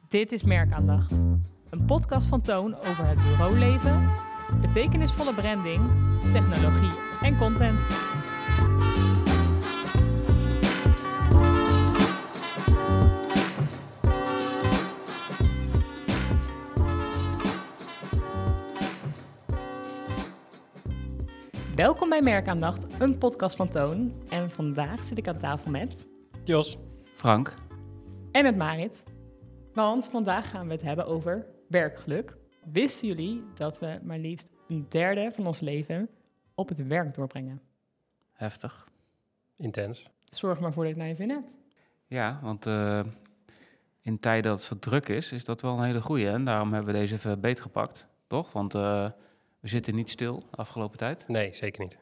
Dit is Merkaandacht. Een podcast van Toon over het bureauleven, betekenisvolle branding, technologie en content. Welkom bij Merkaandacht, een podcast van Toon. En vandaag zit ik aan tafel met Jos. Frank. En met Marit. Want vandaag gaan we het hebben over werkgeluk. Wisten jullie dat we maar liefst een derde van ons leven op het werk doorbrengen? Heftig. Intens. Zorg maar voor dat je het naar je zin hebt. Ja, want in tijden dat het zo druk is dat wel een hele goeie. En daarom hebben we deze even beetgepakt, toch? Want we zitten niet stil de afgelopen tijd. Nee, zeker niet.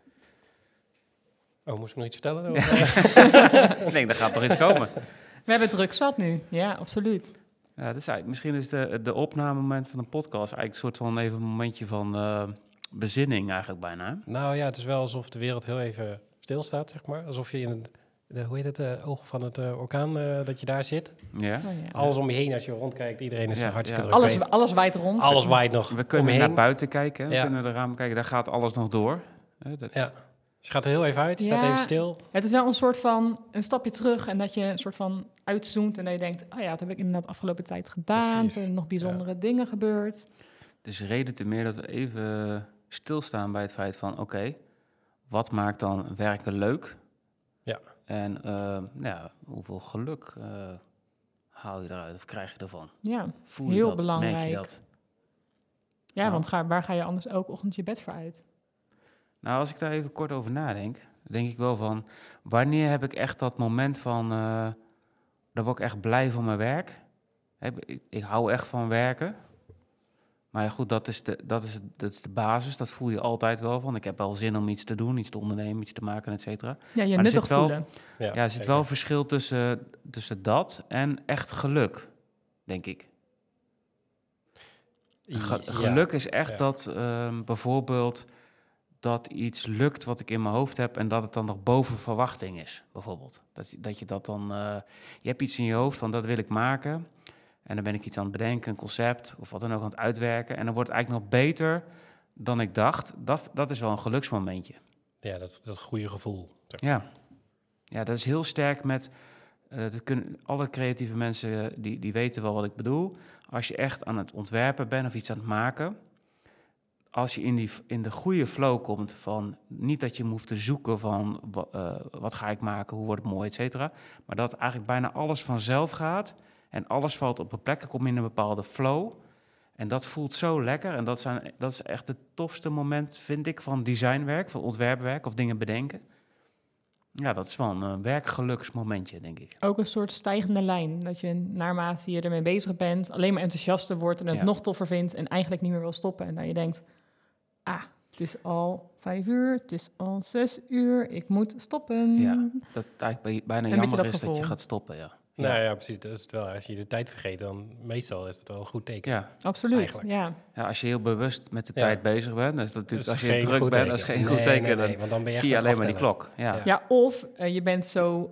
Oh, moest ik nog iets vertellen? Ik denk, daar gaat toch iets komen. We hebben druk zat nu. Ja, absoluut. Ja, dat is eigenlijk, misschien is de opnamemoment van een podcast eigenlijk een soort van even een momentje van bezinning eigenlijk bijna. Nou ja, het is wel alsof de wereld heel even stilstaat, zeg maar. Alsof je in de oog van het orkaan, dat je daar zit. Ja. Oh, ja. Alles om je heen, als je rondkijkt, iedereen is Ja, hartstikke ja. druk Alles, bezig. alles waait rond. Alles waait nog We kunnen om je naar heen. buiten kijken, we Ja. kunnen naar de ramen kijken, daar gaat alles nog door. Dat, Ja. Dus je gaat er heel even uit, je staat Ja. even stil. Het is wel een soort van een stapje terug en dat je een soort van uitzoomt en dat je denkt, oh ja, dat heb ik inderdaad afgelopen tijd gedaan. Precies. Er zijn nog bijzondere dingen gebeurd. Dus reden te meer dat we even stilstaan bij het feit van, oké, wat maakt dan werken leuk? Ja. En hoeveel geluk haal je eruit of krijg je ervan? Ja, Voel je heel dat? belangrijk. Merk je dat? ja Nou. want waar ga je anders elke ochtend je bed voor uit? Nou, als ik daar even kort over nadenk, denk ik wel van, wanneer heb ik echt dat moment van, dan word ik echt blij van mijn werk. Ik hou echt van werken. Maar ja, goed, dat is de basis, dat voel je altijd wel van. Ik heb wel zin om iets te doen, iets te ondernemen, iets te maken, et cetera. Ja, je Maar er nuttig zit wel- voelen. Ja, er zit wel een verschil tussen dat en echt geluk, denk ik. Geluk is echt Ja. dat bijvoorbeeld dat iets lukt wat ik in mijn hoofd heb en dat het dan nog boven verwachting is, bijvoorbeeld. Dat je dat dan... je hebt iets in je hoofd van dat wil ik maken en dan ben ik iets aan het bedenken, een concept of wat dan ook aan het uitwerken en dan wordt het eigenlijk nog beter dan ik dacht. Dat is wel een geluksmomentje. Ja, dat goede gevoel. Ja, dat is heel sterk met... alle creatieve mensen die weten wel wat ik bedoel. Als je echt aan het ontwerpen bent of iets aan het maken... als je in de goede flow komt van... niet dat je hoeft te zoeken van... wat ga ik maken, hoe wordt het mooi, et cetera... maar dat eigenlijk bijna alles vanzelf gaat... en alles valt op een plek, ik kom in een bepaalde flow... en dat voelt zo lekker en dat is echt het tofste moment, vind ik... van designwerk, van ontwerpwerk of dingen bedenken... Ja, dat is wel een werkgeluksmomentje, denk ik. Ook een soort stijgende lijn. Dat je naarmate je ermee bezig bent, alleen maar enthousiaster wordt en het Ja. nog toffer vindt en eigenlijk niet meer wil stoppen. En dat je denkt, het is al 5 uur, het is al 6 uur, ik moet stoppen. Ja, dat eigenlijk bijna Een beetje jammer dat is dat je gevoel. gaat stoppen, ja. Nou ja, precies. Dat is het wel. Als je de tijd vergeet, dan meestal is dat wel een goed teken. Ja. Absoluut, Eigenlijk. ja. Ja, als je heel bewust met de Ja. tijd bezig bent, dan is dat natuurlijk, Dat als is je geen druk goed bent, teken. dat is geen Nee, goed teken. nee, Dan want dan ben je zie je echt alleen maar die aftellen. klok. Ja. Ja, of je bent zo,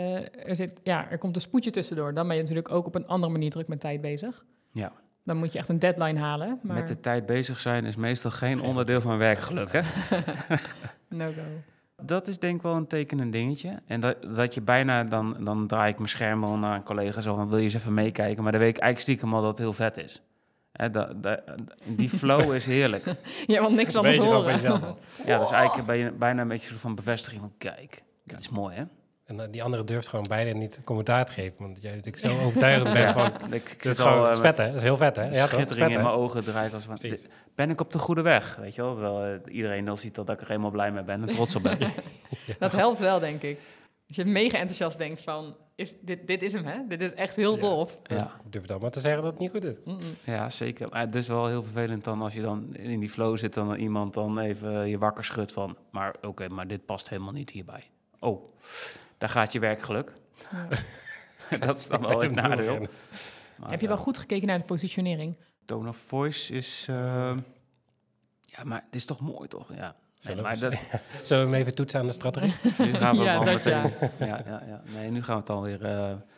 er komt een spoedje tussendoor. Dan ben je natuurlijk ook op een andere manier druk met tijd bezig. Ja. Dan moet je echt een deadline halen. Maar Met de tijd bezig zijn is meestal geen onderdeel van werkgeluk, hè? no go. Dat is denk ik wel een tekenend dingetje. En dat je bijna, dan draai ik mijn scherm al naar een collega zo van, wil je eens even meekijken? Maar dan weet ik eigenlijk stiekem al dat het heel vet is. Hè, die flow is heerlijk. Ja, want niks anders Weet je gewoon horen. van jezelf al. Ja, dat is eigenlijk bijna een beetje een soort van bevestiging van, kijk, dit is mooi, hè? En die andere durft gewoon bijna niet commentaar te geven. Want jij natuurlijk zo overtuigend bent van... Ik Het zit is gewoon al het is vet, hè? Dat is heel vet, hè? Ja, toch? schittering Vet, in hè? mijn ogen draait als van, Precies. ben ik op de goede weg? Weet je wel, terwijl iedereen dan ziet dat ik er helemaal blij mee ben en trots op ben. Dat helpt wel, denk ik. Als je mega enthousiast denkt van, dit is hem, hè? Dit is echt heel Ja. tof. Ja. Ik durf dan maar te zeggen dat het niet goed is. Mm-mm. Ja, zeker. Maar het is wel heel vervelend dan als je dan in die flow zit... dan iemand dan even je wakker schudt van... maar oké, maar dit past helemaal niet hierbij. Oh, daar gaat je werkgeluk. Ja. Dat is dan wel het nadeel. Maar, Heb je wel goed gekeken naar de positionering? Tone of voice is... ja, maar het is toch mooi, toch? Ja. Nee, Zullen maar we- dat, Zullen we hem even toetsen aan de strategie? nu gaan we Ja, wel dat meteen... ja. Ja, ja, ja. Nee, nu gaan we het alweer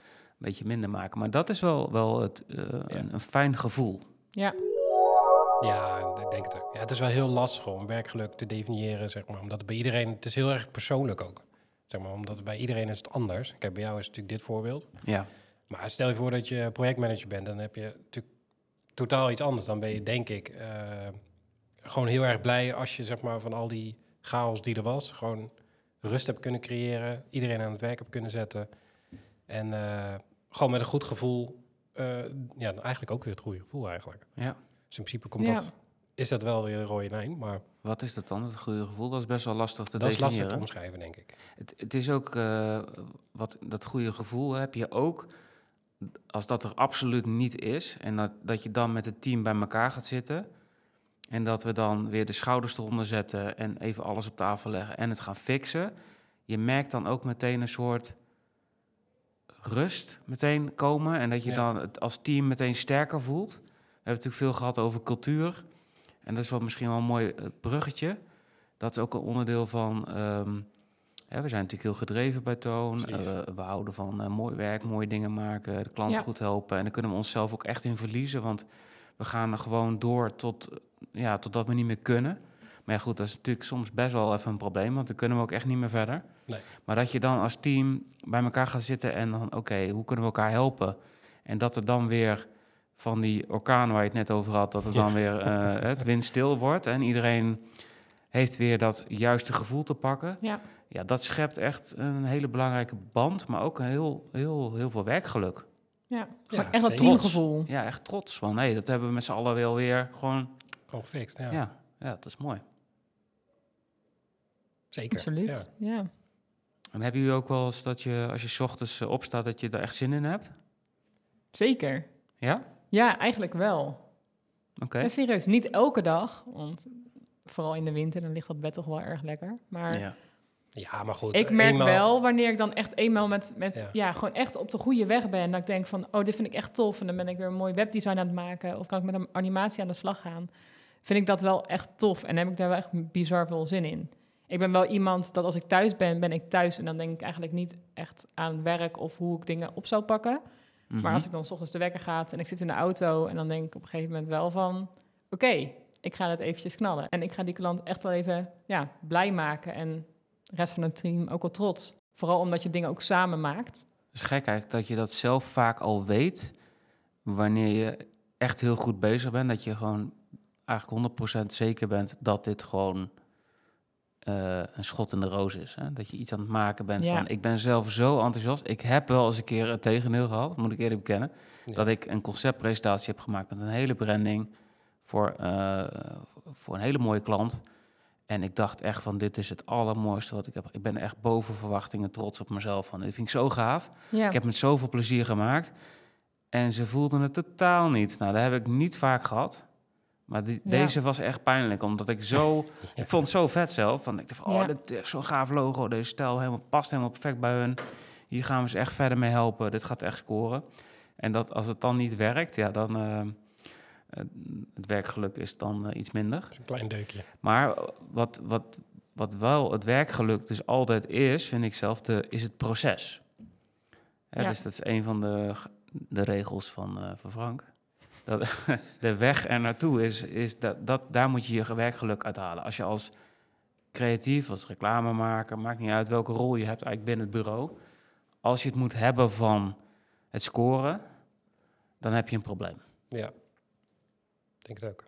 beetje minder maken. Maar dat is wel een fijn gevoel. Ja, Ja, ik denk het ook. Ja, het is wel heel lastig om werkgeluk te definiëren, zeg maar. Omdat het bij iedereen... Het is heel erg persoonlijk ook. Zeg maar, omdat het bij iedereen is het anders. Kijk, bij jou is het natuurlijk dit voorbeeld. Ja, Maar stel je voor dat je projectmanager bent, dan heb je natuurlijk totaal iets anders. Dan ben je, denk ik, gewoon heel erg blij als je, zeg maar, van al die chaos die er was, gewoon rust hebt kunnen creëren, iedereen aan het werk hebt kunnen zetten. En gewoon met een goed gevoel, ja, eigenlijk ook weer het goede gevoel eigenlijk. ja. Dus in principe komt Ja. is dat wel weer een rode lijn, maar Wat is dat dan, het goede gevoel? Dat is best wel lastig te dat is definiëren. lastig te omschrijven, denk ik. Het is ook, dat goede gevoel heb je ook als dat er absoluut niet is. En dat je dan met het team bij elkaar gaat zitten. En dat we dan weer de schouders eronder zetten en even alles op tafel leggen en het gaan fixen. Je merkt dan ook meteen een soort rust meteen komen. En dat je dan het als team meteen sterker voelt. We hebben natuurlijk veel gehad over cultuur. En dat is wel misschien wel een mooi bruggetje. Dat is ook een onderdeel van... we zijn natuurlijk heel gedreven bij Toon. We houden van mooi werk, mooie dingen maken, de klanten goed helpen. En daar kunnen we onszelf ook echt in verliezen. Want we gaan er gewoon door totdat we niet meer kunnen. Maar ja, goed, dat is natuurlijk soms best wel even een probleem. Want dan kunnen we ook echt niet meer verder. Nee. Maar dat je dan als team bij elkaar gaat zitten en dan... Oké, hoe kunnen we elkaar helpen? En dat er dan weer van die orkaan waar je het net over had... dat er dan weer het windstil wordt en iedereen... heeft weer dat juiste gevoel te pakken. Ja, dat schept echt een hele belangrijke band, maar ook een heel veel werkgeluk. ja. Ja, Echt dat zeker. teamgevoel. Ja, echt trots van, nee, dat hebben we met z'n allen wel weer gewoon... Gewoon gefixt, ja. Ja, dat is mooi. Zeker. Absoluut, Ja. ja. En hebben jullie ook wel eens dat je, als je 's ochtends opstaat, dat je er echt zin in hebt? Zeker. Ja? Ja, eigenlijk wel. Oké. Ja, serieus, niet elke dag, want vooral in de winter, dan ligt dat bed toch wel erg lekker. Maar Ja. Ja, maar goed. ik merk eenmaal- wel wanneer ik dan echt eenmaal met Ja. gewoon echt op de goede weg ben. Dat ik denk van, oh, dit vind ik echt tof. En dan ben ik weer een mooi webdesign aan het maken. Of kan ik met een animatie aan de slag gaan. Vind ik dat wel echt tof. En heb ik daar wel echt bizar veel zin in. Ik ben wel iemand dat als ik thuis ben, ben ik thuis. En dan denk ik eigenlijk niet echt aan werk of hoe ik dingen op zou pakken. Mhm. Maar als ik dan 's ochtends de wekker gaat en ik zit in de auto... en dan denk ik op een gegeven moment wel van... oké, ik ga het eventjes knallen. En ik ga die klant echt wel even blij maken. En de rest van het team ook wel trots. Vooral omdat je dingen ook samen maakt. Het is gek eigenlijk dat je dat zelf vaak al weet, wanneer je echt heel goed bezig bent, dat je gewoon eigenlijk 100% zeker bent dat dit gewoon een schot in de roos is. Hè? Dat je iets aan het maken bent Ja. van, ik ben zelf zo enthousiast. Ik heb wel eens een keer het tegendeel gehad, dat moet ik eerlijk bekennen, Ja. dat ik een conceptpresentatie heb gemaakt met een hele branding voor een hele mooie klant. En ik dacht echt van, dit is het allermooiste wat ik heb. Ik ben echt boven verwachtingen trots op mezelf. Van, dit vind ik zo gaaf. Ja, Ik heb het met zoveel plezier gemaakt. En ze voelden het totaal niet. Nou, dat heb ik niet vaak gehad. Maar deze was echt pijnlijk, omdat ik zo... Ik vond het zo vet zelf. Van, ik dacht van, dit is zo'n gaaf logo. Deze stijl past helemaal perfect bij hun. Hier gaan we ze echt verder mee helpen. Dit gaat echt scoren. En dat als het dan niet werkt, ja, dan... het werkgeluk is dan iets minder. Dat is een klein deukje. Maar wat wel het werkgeluk dus altijd is, vind ik zelf, is het proces. Ja. Dus dat is een van de regels van Frank. Dat de weg er naartoe is daar moet je je werkgeluk uithalen. Als je als creatief, als reclamemaker, maakt niet uit welke rol je hebt eigenlijk binnen het bureau. Als je het moet hebben van het scoren, dan heb je een probleem. Ja, ik denk het ook.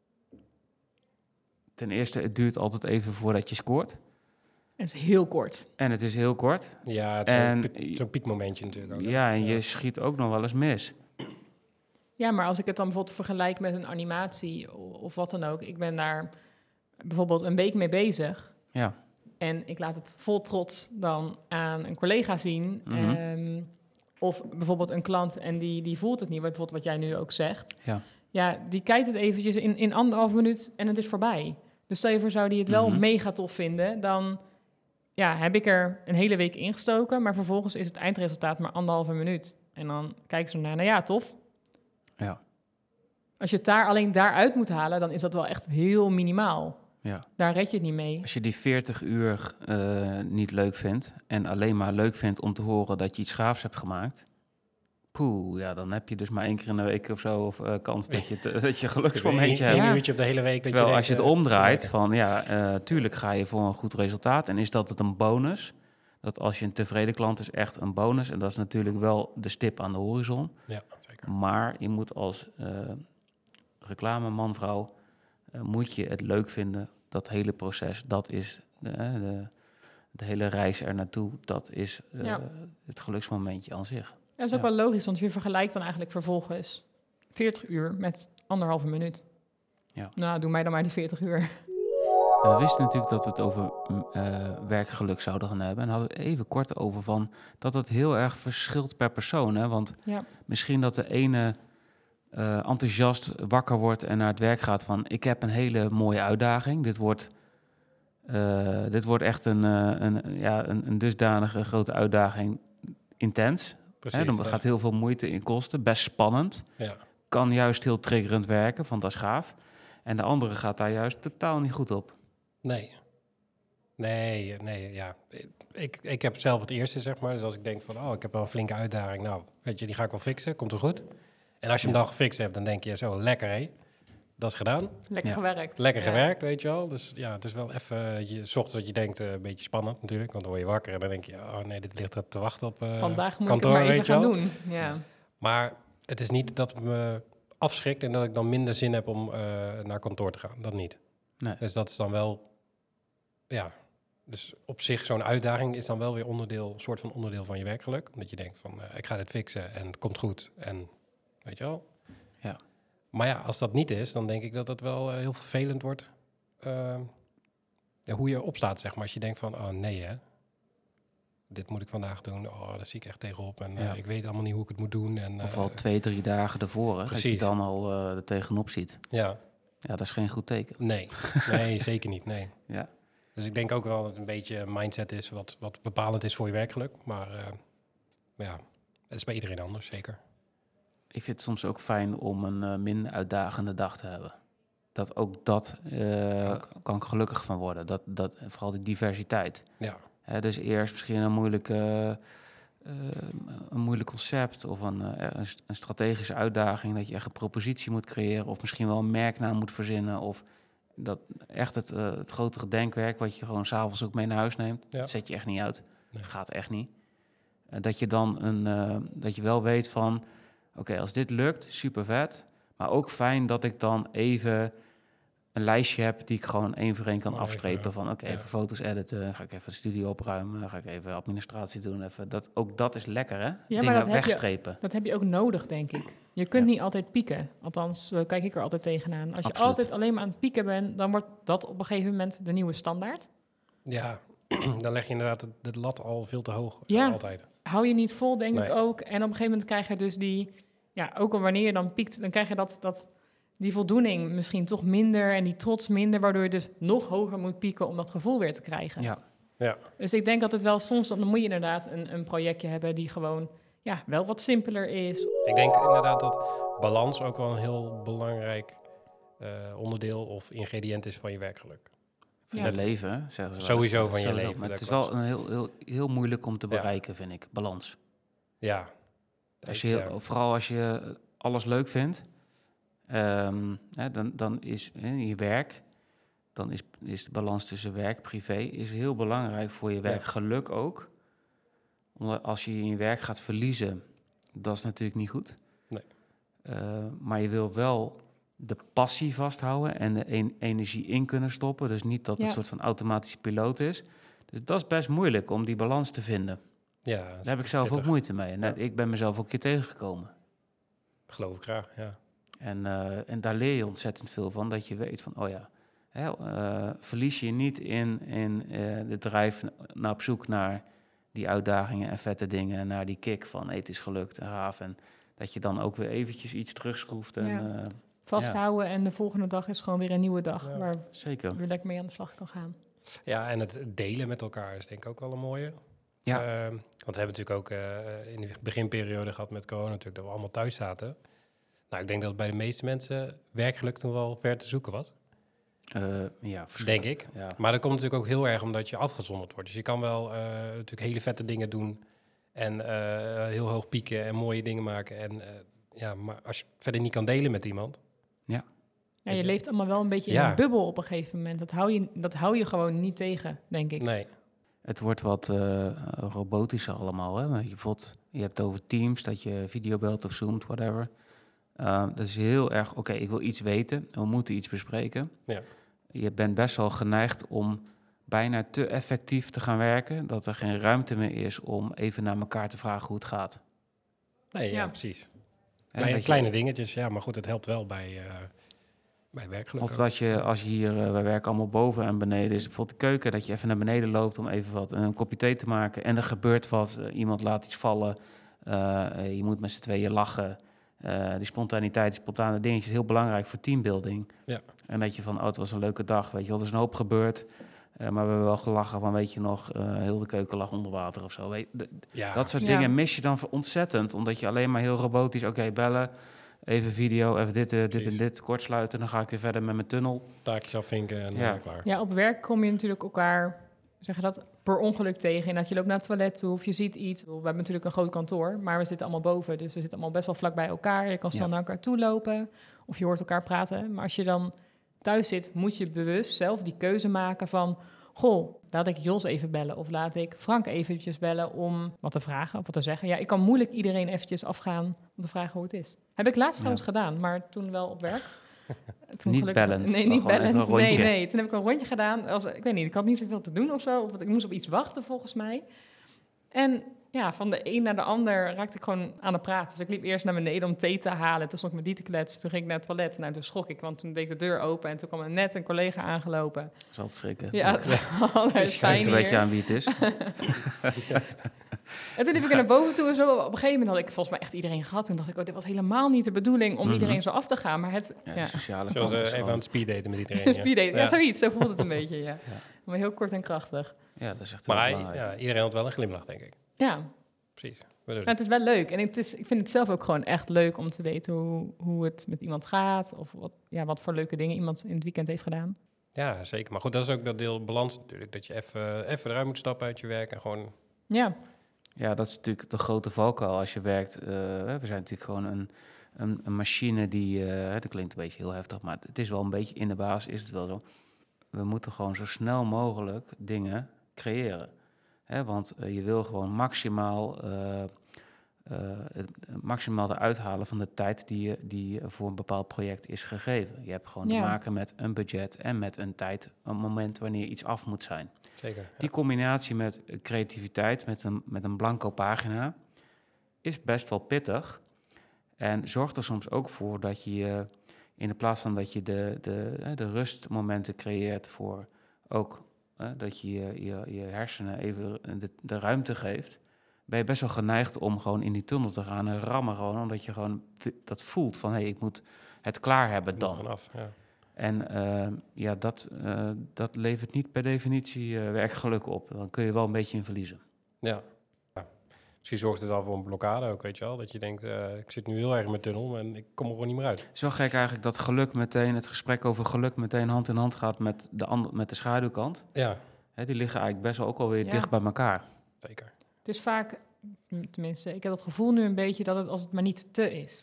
Ten eerste, het duurt altijd even voordat je scoort. het is heel kort. En het is heel kort. Ja, het is En- zo'n piekmomentje natuurlijk ook. hè? Ja, en je schiet ook nog wel eens mis. Ja, maar als ik het dan bijvoorbeeld vergelijk met een animatie of wat dan ook. Ik ben daar bijvoorbeeld een week mee bezig. Ja. En ik laat het vol trots dan aan een collega zien. Mhm. Of bijvoorbeeld een klant en die voelt het niet. Bijvoorbeeld wat jij nu ook zegt. Ja. Ja, die kijkt het eventjes in 1,5 minuut en het is voorbij. Dus stel je voor, zou die het wel Mhm. mega tof vinden, dan heb ik er een hele week ingestoken. Maar vervolgens is het eindresultaat maar 1,5 minuut. En dan kijken ze ernaar, nou ja, tof. Ja. Als je het alleen daaruit moet halen, dan is dat wel echt heel minimaal. Ja. Daar red je het niet mee. Als je die 40 uur niet leuk vindt en alleen maar leuk vindt om te horen dat je iets gaafs hebt gemaakt, ja, dan heb je dus maar 1 keer in de week of zo of kans dat je dat je een geluksmomentje Een hebt. Ja. uurtje op de hele week. Dat Terwijl als je het omdraait lekker. van tuurlijk ga je voor een goed resultaat en is dat het een bonus. Dat als je een tevreden klant is echt een bonus en dat is natuurlijk wel de stip aan de horizon. Ja, zeker. Maar je moet als reclameman, vrouw, moet je het leuk vinden. Dat hele proces, dat is de hele reis er naartoe. Dat is Ja. het geluksmomentje aan zich. Ja, dat is ook wel logisch, want je vergelijkt dan eigenlijk vervolgens 40 uur met 1,5 minuut. Ja. Nou, doe mij dan maar die 40 uur. We wisten natuurlijk dat we het over werkgeluk zouden gaan hebben. En hadden we even kort over van dat het heel erg verschilt per persoon. Hè? Want Ja, misschien dat de ene enthousiast wakker wordt en naar het werk gaat van... ik heb een hele mooie uitdaging. Dit wordt echt een dusdanige grote uitdaging. Intens. Precies. Hè? Er gaat heel veel moeite in kosten. Best spannend. Ja. Kan juist heel triggerend werken, van dat is gaaf. En de andere gaat daar juist totaal niet goed op. Nee, ja. Ik heb zelf het eerste, zeg maar. Dus als ik denk van, ik heb wel een flinke uitdaging. Nou, weet je, die ga ik wel fixen. Komt er goed. En als je hem dan gefixt hebt, dan denk je zo, lekker hé. Dat is gedaan. lekker Ja. gewerkt. Lekker Ja. gewerkt, weet je wel. Dus ja, het is wel even, 's ochtends dat je denkt, een beetje spannend natuurlijk. Want dan word je wakker en dan denk je, oh nee, dit ligt er te wachten op Vandaag moet kantoor, ik het maar weet even je gaan wel. doen. Ja. Maar het is niet dat het me afschrikt en dat ik dan minder zin heb om naar kantoor te gaan. Dat niet. Nee. Dus dat is dan wel, ja. Dus op zich, zo'n uitdaging is dan wel weer soort van onderdeel van je werkgeluk. Omdat je denkt van, ik ga dit fixen en het komt goed. En weet je wel. Ja. Maar ja, als dat niet is, dan denk ik dat het wel heel vervelend wordt. Hoe je opstaat, zeg maar. Als je denkt van, oh nee hè. Dit moet ik vandaag doen. Oh, daar zie ik echt tegenop. En Ja. ik weet allemaal niet hoe ik het moet doen. En, Of al 2-3 dagen ervoor, hè, dat je precies. dan al er tegenop ziet. Ja, Ja, dat is geen goed teken. nee, zeker niet, nee. Ja. Dus ik denk ook wel dat het een beetje een mindset is wat bepalend is voor je werkgeluk. Maar ja, het is bij iedereen anders, zeker. Ik vind het soms ook fijn om een minder uitdagende dag te hebben. Dat kan ik gelukkig van worden. Vooral die diversiteit. Ja, Hè, dus eerst misschien een moeilijk concept of een strategische uitdaging, dat je echt een propositie moet creëren of misschien wel een merknaam moet verzinnen of dat echt het grotere denkwerk wat je gewoon 's avonds ook mee naar huis neemt, Ja. dat zet je echt niet uit. Nee. Dat gaat echt niet. Dat je dan dat je wel weet van, oké, als dit lukt, super vet, maar ook fijn dat ik dan even een lijstje heb die ik gewoon één voor één kan Maar afstrepen. even, Van oké, ja. even foto's editen, ga ik even de studio opruimen, ga ik even administratie doen. Ook dat is lekker, hè? Dingen maar dat heb je- wegstrepen. Dat heb je ook nodig, denk ik. Je kunt Ja. niet altijd pieken. Althans, zo kijk ik er altijd tegenaan. Als je Absoluut. altijd alleen maar aan het pieken bent, dan wordt dat op een gegeven moment de nieuwe standaard. ja. Dan leg je inderdaad de lat al veel te hoog. Ja. Altijd. Hou je niet vol, denk ik Nee. ook. En op een gegeven moment krijg je dus ook al wanneer je dan piekt, dan krijg je die voldoening misschien toch minder en die trots minder, waardoor je dus nog hoger moet pieken om dat gevoel weer te krijgen. Ja, Dus ik denk dat het wel soms, dan moet je inderdaad een projectje hebben die gewoon wel wat simpeler is. Ik denk inderdaad dat balans ook wel een heel belangrijk onderdeel of ingrediënt is van je werkgeluk. van Ja. je leven, hè, zeggen ze wel Sowieso eens. van je Sowieso. leven, Maar dat het is klopt. wel een heel moeilijk om te Ja. bereiken, vind ik, balans. Ja. Vooral als je alles leuk vindt, dan is je werk, dan is de balans tussen werk en privé is heel belangrijk voor je werkgeluk ook. Omdat als je in je werk gaat verliezen, dat is natuurlijk niet goed. Nee. Maar je wil wel de passie vasthouden en de energie in kunnen stoppen. Dus niet dat het een soort van automatische piloot is. Dus dat is best moeilijk om die balans te vinden. Ja, Daar heb ik zelf pittig. ook moeite mee. En Ja. ik ben mezelf ook een keer tegengekomen. Geloof ik graag, ja. En daar leer je ontzettend veel van. Dat je weet van, verlies je niet in de drijf naar op zoek naar die uitdagingen en vette dingen. En naar die kick van, het is gelukt en gaaf. En dat je dan ook weer eventjes iets terugschroeft. En, Ja. Vasthouden en de volgende dag is gewoon weer een nieuwe dag Ja. waar zeker. je weer lekker mee aan de slag kan gaan. Ja, en het delen met elkaar is denk ik ook wel een mooie. Ja. Want we hebben natuurlijk ook in de beginperiode gehad met corona natuurlijk dat we allemaal thuis zaten. Nou, ik denk dat het bij de meeste mensen werkgeluk toen wel ver te zoeken was. Denk ik. Ja. Maar dat komt natuurlijk ook heel erg omdat je afgezonderd wordt. Dus je kan wel natuurlijk hele vette dingen doen En heel hoog pieken en mooie dingen maken. En maar als je het verder niet kan delen met iemand. Ja, je leeft allemaal wel een beetje in Ja. een bubbel op een gegeven moment. Dat hou je gewoon niet tegen, denk ik. Nee. Het wordt wat robotischer allemaal. Hè? Bijvoorbeeld, je hebt het over Teams, dat je videobelt of zoomt, whatever. Dat is heel erg, oké, ik wil iets weten. We moeten iets bespreken. Ja. Je bent best wel geneigd om bijna te effectief te gaan werken. Dat er geen ruimte meer is om even naar elkaar te vragen hoe het gaat. Nee, ja, Ja. precies. Hè, Kleine dingetjes, ja, maar goed, het helpt wel bij werkgeluk. Of ook. dat je, als je hier, wij werken allemaal boven en beneden, is bijvoorbeeld de keuken, dat je even naar beneden loopt om even wat een kopje thee te maken. En er gebeurt wat, iemand laat iets vallen, je moet met z'n tweeën lachen. Die spontaniteit, die spontane dingetjes, heel belangrijk voor teambuilding. Ja. En dat je van, het was een leuke dag, weet je wel, er is een hoop gebeurd. Maar we hebben wel gelachen van, weet je nog, heel de keuken lag onder water of zo. Dat soort Ja. dingen mis je dan ontzettend, omdat je alleen maar heel robotisch, oké, bellen, even video, even dit en Precies. dit, kortsluiten, dan ga ik weer verder met mijn tunnel. Taakjes afvinken en Ja. klaar. Ja, op werk kom je natuurlijk elkaar, zeg je dat, per ongeluk tegen. En dat je loopt naar het toilet toe of je ziet iets. We hebben natuurlijk een groot kantoor, maar we zitten allemaal boven. Dus we zitten allemaal best wel vlak bij elkaar. Je kan snel Ja. naar elkaar toe lopen of je hoort elkaar praten. Maar als je dan thuis zit, moet je bewust zelf die keuze maken van... Goh, laat ik Jos even bellen of laat ik Frank eventjes bellen om wat te vragen of wat te zeggen. Ja, ik kan moeilijk iedereen eventjes afgaan om te vragen hoe het is. Heb ik laatst trouwens gedaan, maar toen wel op werk. Toen Niet gelukkig- bellend, Nee, maar niet gewoon even bellend. een Nee, rondje. nee. Toen heb ik een rondje gedaan. Ik weet niet, ik had niet zoveel te doen of zo. Of ik moest op iets wachten volgens mij. En ja, van de een naar de ander raakte ik gewoon aan de praat. Dus ik liep eerst naar beneden om thee te halen. Toen stond ik met die te kletsen. Toen ging ik naar het toilet. Nou, toen schrok ik, want toen deed ik de deur open. En toen kwam er net een collega aangelopen. Dat is altijd schrikken. Ja, het was Je fijn schrijft een beetje hier. aan wie het is. En toen liep ik er naar boven toe en zo. Op een gegeven moment had ik volgens mij echt iedereen gehad. Toen dacht ik, dit was helemaal niet de bedoeling om Mhm. iedereen zo af te gaan. Maar het, Ja, ja, de sociale Zoals kant is even gewoon- aan het speeddaten met iedereen. speed ja, zoiets. Zo voelt het een beetje, ja. Ja. Maar heel kort en krachtig. Ja, dat is echt heel Maar belangrijk. iedereen had wel een glimlach, denk ik. Ja, Precies. maar het is wel leuk. En ik vind het zelf ook gewoon echt leuk om te weten hoe het met iemand gaat. Of wat voor leuke dingen iemand in het weekend heeft gedaan. Ja, zeker. Maar goed, dat is ook dat deel balans natuurlijk. Dat je even eruit moet stappen uit je werk en gewoon... Ja, Ja, dat is natuurlijk de grote valkuil als je werkt. We zijn natuurlijk gewoon een machine die... dat klinkt een beetje heel heftig, maar het is wel een beetje... In de basis is het wel zo. We moeten gewoon zo snel mogelijk dingen creëren. Want je wil gewoon maximaal eruit halen van de tijd die voor een bepaald project is gegeven. Je hebt gewoon te Ja. maken met een budget en met een moment wanneer iets af moet zijn. Zeker. Ja. Die combinatie met creativiteit, met een blanco pagina, is best wel pittig. En zorgt er soms ook voor dat je, in de plaats van dat je de rustmomenten creëert voor ook dat je je hersenen even de ruimte geeft, ben je best wel geneigd om gewoon in die tunnel te gaan en rammen gewoon, omdat je gewoon dat voelt van, hé, ik moet het klaar hebben Moet dan. vanaf, ja. En dat levert niet per definitie werkgeluk op. Dan kun je wel een beetje in verliezen. Ja. Misschien zorgt het wel voor een blokkade ook, weet je wel. Dat je denkt, ik zit nu heel erg in mijn tunnel en ik kom er gewoon niet meer uit. Zo gek eigenlijk dat het gesprek over geluk meteen hand in hand gaat met de schaduwkant. Ja, Die liggen eigenlijk best wel ook alweer Ja. dicht bij elkaar. zeker. het is vaak, tenminste, ik heb het gevoel nu een beetje dat het als het maar niet te is.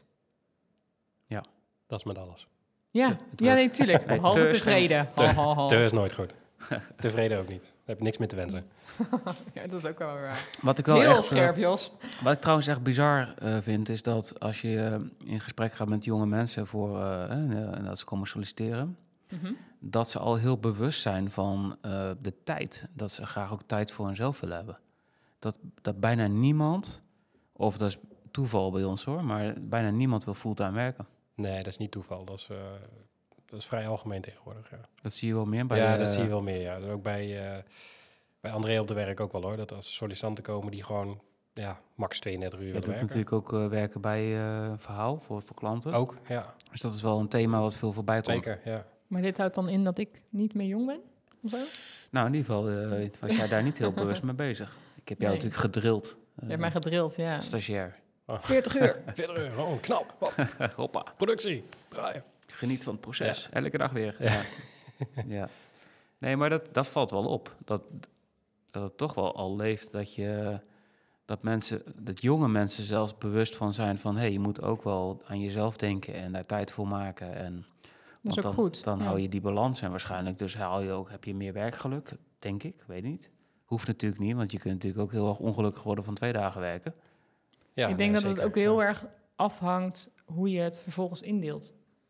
Dat is met alles. Ja, nee, tuurlijk. Nee, Behalve te is tevreden. Ho, ho, ho. Te is nooit goed. Tevreden ook niet. Daar heb je niks meer te wensen. Ja, dat is ook wel waar. Wat ik wel Heel echt, scherp, Jos. wat ik trouwens echt bizar vind, is dat als je in gesprek gaat met jonge mensen en dat ze komen solliciteren, Mhm. dat ze al heel bewust zijn van de tijd. Dat ze graag ook tijd voor hunzelf willen hebben. Dat bijna niemand, of dat is toeval bij ons hoor, maar bijna niemand wil fulltime werken. Nee, dat is niet toeval. Dat is vrij algemeen tegenwoordig, ja. Dat zie je wel meer bij... Ja, dat zie je wel meer, ja. Dat ook bij André op de werk ook wel, hoor. Dat als sollicitanten komen die gewoon, max 32 uur Je willen doet werken. natuurlijk ook werken bij verhaal voor klanten. Ook, ja. Dus dat is wel een thema wat veel voorbij komt. Zeker, ja. Maar dit houdt dan in dat ik niet meer jong ben? Of zo? Nou, in ieder geval was jij daar niet heel bewust mee bezig. Ik heb jou Nee. natuurlijk gedrild. Je hebt mij gedrild, ja. Stagiair. 40 uur. 40 uur, gewoon knap. Hop, Hoppa. productie, draaien. Geniet van het proces. Ja. Elke dag weer. Ja. Ja. Nee, maar dat valt wel op. Dat het toch wel al leeft dat je dat jonge mensen zelfs bewust van zijn van... je moet ook wel aan jezelf denken en daar tijd voor maken. En, Dat is ook dan, goed. Dan ja. hou je die balans en waarschijnlijk dus heb je meer werkgeluk, denk ik. Weet niet. Hoeft natuurlijk niet, want je kunt natuurlijk ook heel erg ongelukkig worden van 2 dagen werken. Ja, Ik denk dat het zeker. ook heel erg afhangt hoe je het vervolgens indeelt.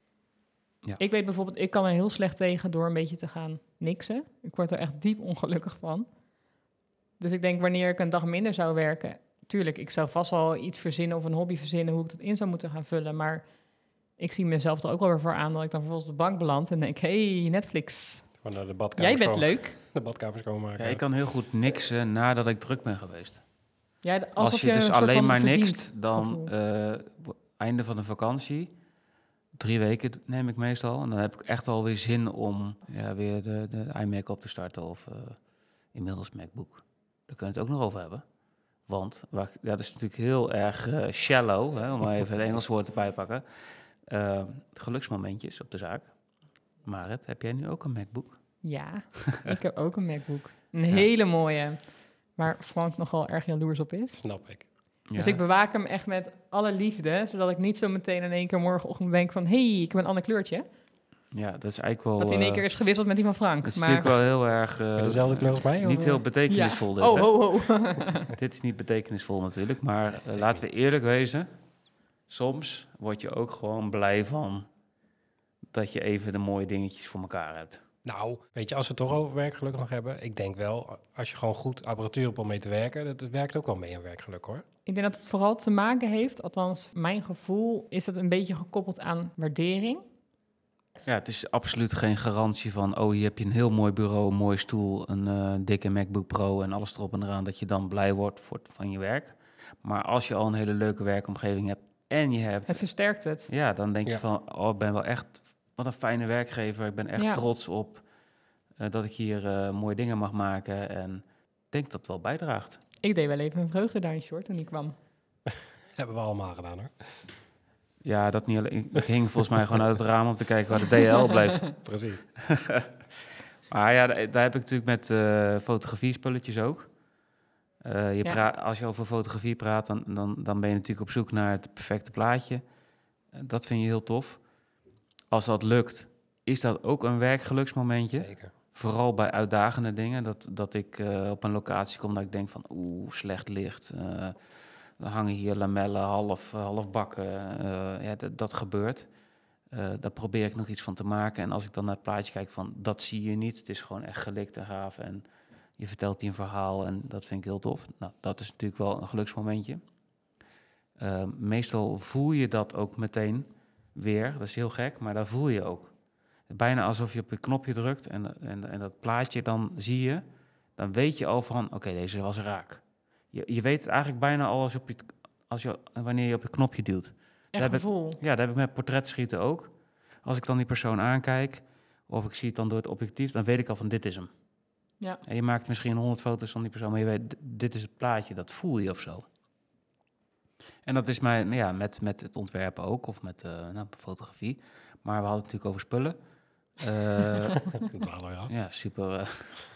Ja. Ik weet bijvoorbeeld, ik kan er heel slecht tegen door een beetje te gaan niksen. Ik word er echt diep ongelukkig van. Dus ik denk, wanneer ik een dag minder zou werken... Tuurlijk, ik zou vast wel iets verzinnen of een hobby verzinnen... hoe ik dat in zou moeten gaan vullen. Maar ik zie mezelf er ook wel weer voor aan... dat ik dan vervolgens op de bank beland en denk... hey, Netflix, Gewoon naar de badkamer jij bent leuk. De badkamer schoonmaken. Ja, ik kan heel goed niksen nadat ik druk ben geweest. Ja, Als alsof je dus een soort alleen van maar verdient nikt, dan einde van de vakantie... 3 weken neem ik meestal. En dan heb ik echt alweer zin om weer de iMac op te starten. Of inmiddels MacBook. Daar kunnen we het ook nog over hebben. Want dat is natuurlijk heel erg shallow. Hè, om maar even het Engels woord erbij te pakken. Geluksmomentjes op de zaak. Marit, heb jij nu ook een MacBook? Ja, ik heb ook een MacBook. Een hele mooie. Waar Frank nogal erg jaloers op is. Snap ik. Ja. Dus ik bewaak hem echt met alle liefde. Zodat ik niet zo meteen in één keer morgenochtend denk van... hey, ik heb een ander kleurtje. Ja, dat is eigenlijk wel... Dat hij in één keer is gewisseld met die van Frank. Het is maar... natuurlijk wel heel erg... dezelfde kleur als mij? Niet of, heel betekenisvol dit, Ho, hè? ho, ho. Dit is niet betekenisvol natuurlijk, maar laten we eerlijk wezen. Soms word je ook gewoon blij van dat je even de mooie dingetjes voor elkaar hebt. Nou, weet je, als we het toch over werkgeluk nog hebben... ik denk wel, als je gewoon goed apparatuur hebt om mee te werken... dat werkt ook wel mee aan werkgeluk, hoor. Ik denk dat het vooral te maken heeft, althans mijn gevoel... is het een beetje gekoppeld aan waardering. Ja, het is absoluut geen garantie van... hier heb je een heel mooi bureau, een mooie stoel... een dikke MacBook Pro en alles erop en eraan... dat je dan blij wordt van je werk. Maar als je al een hele leuke werkomgeving hebt en je hebt... Het versterkt het. Ja, dan denk je van... ik ben wel echt... wat een fijne werkgever. Ik ben echt trots op dat ik hier mooie dingen mag maken. En ik denk dat het wel bijdraagt. Ik deed wel even een vreugdedansje hoor, toen ik kwam. Dat hebben we allemaal gedaan, hoor. Ja, dat niet alleen. Ik hing volgens mij gewoon uit het raam om te kijken waar de DL bleef. Precies. Maar ja, daar heb ik natuurlijk met fotografie-spulletjes ook. Als je over fotografie praat, dan ben je natuurlijk op zoek naar het perfecte plaatje. Dat vind je heel tof. Als dat lukt, is dat ook een werkgeluksmomentje. Zeker. Vooral bij uitdagende dingen. Dat ik op een locatie kom dat ik denk van... slecht licht. Er hangen hier lamellen, half bakken. Dat gebeurt. Daar probeer ik nog iets van te maken. En als ik dan naar het plaatje kijk van... dat zie je niet. Het is gewoon echt gelikt en gaaf. En je vertelt hier een verhaal en dat vind ik heel tof. Nou, dat is natuurlijk wel een geluksmomentje. Meestal voel je dat ook meteen weer. Dat is heel gek, maar daar voel je ook. Bijna alsof je op een knopje drukt en dat plaatje dan zie je. Dan weet je al van, oké, deze was raak. Je weet het eigenlijk bijna al wanneer je op het knopje duwt. Echt gevoel. Dat heb ik met portretschieten ook. Als ik dan die persoon aankijk, of ik zie het dan door het objectief, dan weet ik al van, dit is hem. Ja. En je maakt misschien 100 foto's van die persoon, maar je weet, dit is het plaatje, dat voel je of zo. En dat is met het ontwerpen ook, of met fotografie. Maar we hadden het natuurlijk over spullen. Ja, super.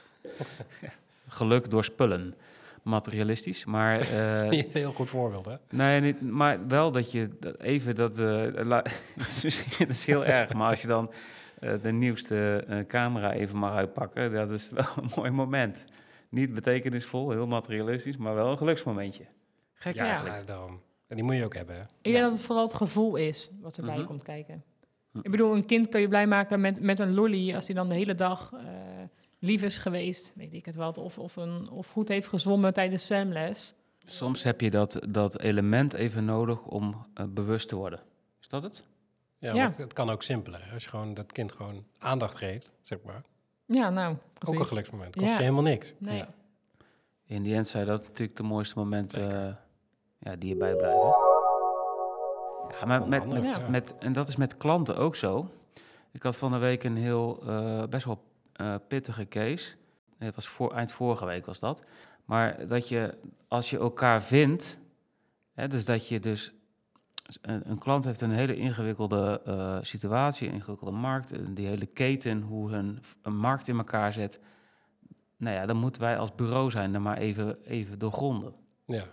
Geluk door spullen. Materialistisch, maar... heel goed voorbeeld, hè? Nee, niet, maar wel dat je even dat... het is heel erg, maar als je dan de nieuwste camera even mag uitpakken... dat is wel een mooi moment. Niet betekenisvol, heel materialistisch, maar wel een geluksmomentje. Gek eigenlijk. Ja, daarom. En die moet je ook hebben, hè? Ik denk dat het vooral het gevoel is wat erbij komt kijken. Ik bedoel, een kind kan je blij maken met een lolly... als hij dan de hele dag lief is geweest, weet ik het wat... of goed heeft gezwommen tijdens zwemles. Soms heb je dat element even nodig om bewust te worden. Is dat het? Ja, want het kan ook simpeler. Als je gewoon dat kind gewoon aandacht geeft, zeg maar. Ja, nou, precies. Ook een geluksmoment. Kost je helemaal niks. Nee. Ja. In die end zijn dat natuurlijk de mooiste momenten die je bijblijven. Ja, maar en dat is met klanten ook zo. Ik had van de week een heel best wel pittige case. Nee, het was eind vorige week was dat. Maar dat je, als je elkaar vindt, dus dat je dus... Een klant heeft een hele ingewikkelde situatie, een ingewikkelde markt. Die hele keten, hoe een markt in elkaar zet. Nou ja, dan moeten wij als bureau zijn er maar even doorgronden. Ja.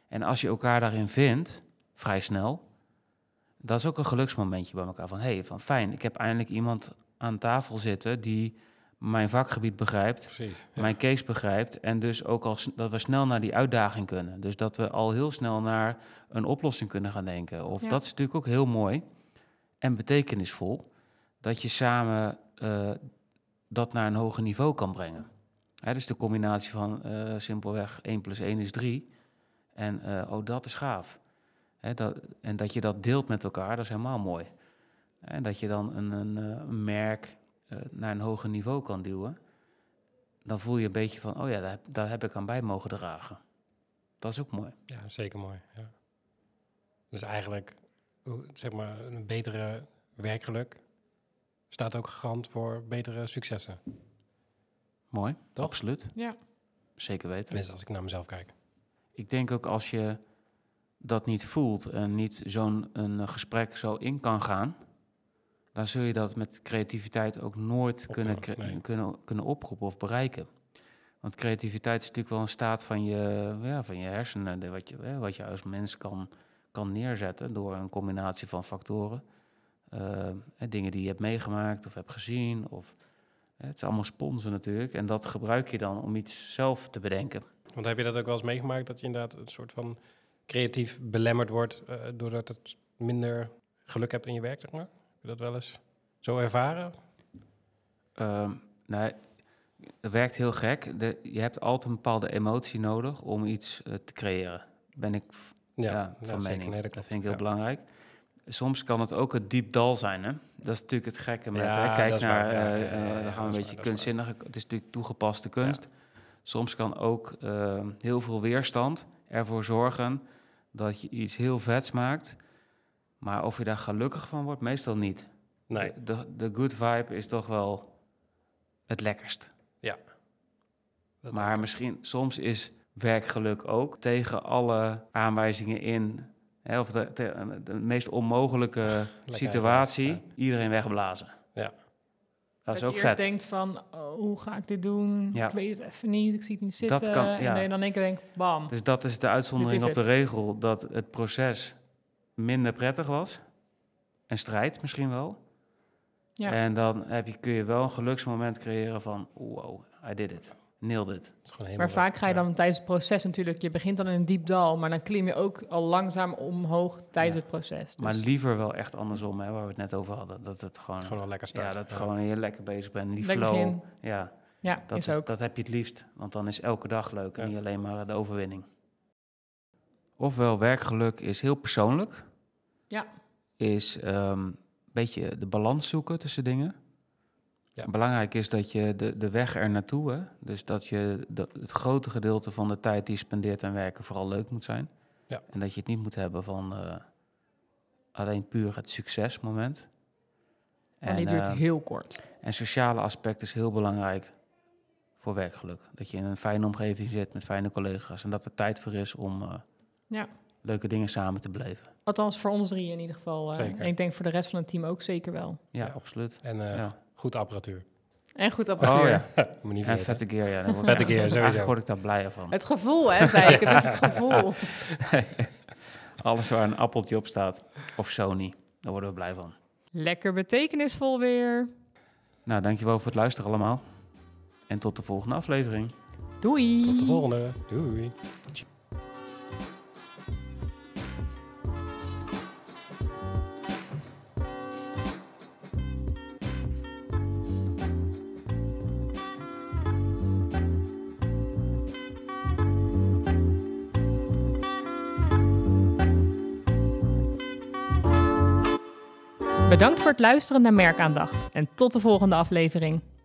En als je elkaar daarin vindt, vrij snel, dat is ook een geluksmomentje bij elkaar. Van fijn, ik heb eindelijk iemand aan tafel zitten die mijn vakgebied begrijpt, Precies. Ja. mijn case begrijpt en dus ook al dat we snel naar die uitdaging kunnen. Dus dat we al heel snel naar een oplossing kunnen gaan denken. Of Ja. dat is natuurlijk ook heel mooi en betekenisvol, dat je samen dat naar een hoger niveau kan brengen. Dus de combinatie van simpelweg 1 + 1 is 3 en dat is gaaf. En dat je dat deelt met elkaar, dat is helemaal mooi. En dat je dan een merk naar een hoger niveau kan duwen. Dan voel je een beetje van, daar heb ik aan bij mogen dragen. Dat is ook mooi. Ja, zeker mooi. Ja. Dus eigenlijk, zeg maar, een betere werkgeluk staat ook garant voor betere successen. Mooi, Toch? absoluut. Ja. Zeker weten. Tenminste, als ik naar mezelf kijk. Ik denk ook als je dat niet voelt en niet zo'n een gesprek zo in kan gaan, dan zul je dat met creativiteit ook nooit kunnen oproepen of bereiken. Want creativiteit is natuurlijk wel een staat van je hersenen, wat je als mens kan neerzetten door een combinatie van factoren. Dingen die je hebt meegemaakt of hebt gezien. Het is allemaal sponsen natuurlijk. En dat gebruik je dan om iets zelf te bedenken. Want heb je dat ook wel eens meegemaakt, dat je inderdaad een soort van creatief belemmerd wordt, doordat het minder geluk hebt in je werk, zeg maar? Heb je dat wel eens zo ervaren? Nee, het werkt heel gek. Je hebt altijd een bepaalde emotie nodig om iets te creëren. Ben ik van mening. Nee, dat klopt. vind ik heel belangrijk. Soms kan het ook het diep dal zijn. Hè? Dat is natuurlijk het gekke met... Ja, kijk dat is naar... waar. dan gaan we een beetje kunstzinnig. Het is natuurlijk toegepaste kunst. Ja. Soms kan ook heel veel weerstand ervoor zorgen dat je iets heel vets maakt. Maar of je daar gelukkig van wordt, meestal niet. Nee. De good vibe is toch wel het lekkerst. Dat Maar ook. misschien, soms is werkgeluk ook tegen alle aanwijzingen in, of de meest onmogelijke situatie, ja. iedereen wegblazen. Ja. Dat is je ook eerst vet. denkt van, hoe ga ik dit doen? Ja. Ik weet het even niet, ik zie het niet zitten. Dat kan, ja. En dat je dan in één keer denkt, bam. Dus dat is de uitzondering Dit op is de regel, dat het proces minder prettig was. En strijd misschien wel. Ja. En dan kun je wel een geluksmoment creëren van, wow, I did it. Nailed it. Het is gewoon helemaal Maar vaak ga je dan tijdens het proces natuurlijk, je begint dan in een diep dal, maar dan klim je ook al langzaam omhoog tijdens Ja. het proces. Dus Maar liever wel echt andersom, waar we het net over hadden. Dat het gewoon wel lekker start. dat gewoon je lekker bezig bent. Die lekker flow. begin. Ja, Ja, is ook. dat heb je het liefst. Want dan is elke dag leuk en Ja. niet alleen maar de overwinning. Ofwel, werkgeluk is heel persoonlijk. Ja. Is een beetje de balans zoeken tussen dingen. Ja. Belangrijk is dat je de weg er naartoe, hè? Dus dat je het grote gedeelte van de tijd die je spendeert aan werken vooral leuk moet zijn. Ja. En dat je het niet moet hebben van alleen puur het succesmoment. En die duurt heel kort. En sociale aspect is heel belangrijk voor werkgeluk. Dat je in een fijne omgeving zit met fijne collega's. En dat er tijd voor is om leuke dingen samen te beleven. Althans, voor ons 3 in ieder geval. Zeker. En ik denk voor de rest van het team ook zeker wel. Ja, Ja. absoluut. En goed apparatuur. En goed apparatuur. Oh ja, Moet niet en vergeten. vette gear. Ja. Vette gear, sowieso. Eigenlijk word ik daar blijer van. Het gevoel, hè, zei ik. Het is het gevoel. Alles waar een appeltje op staat. Of Sony. Daar worden we blij van. Lekker betekenisvol weer. Nou, dankjewel voor het luisteren allemaal. En tot de volgende aflevering. Doei. Tot de volgende. Doei. Bedankt voor het luisteren naar Merkaandacht. En tot de volgende aflevering.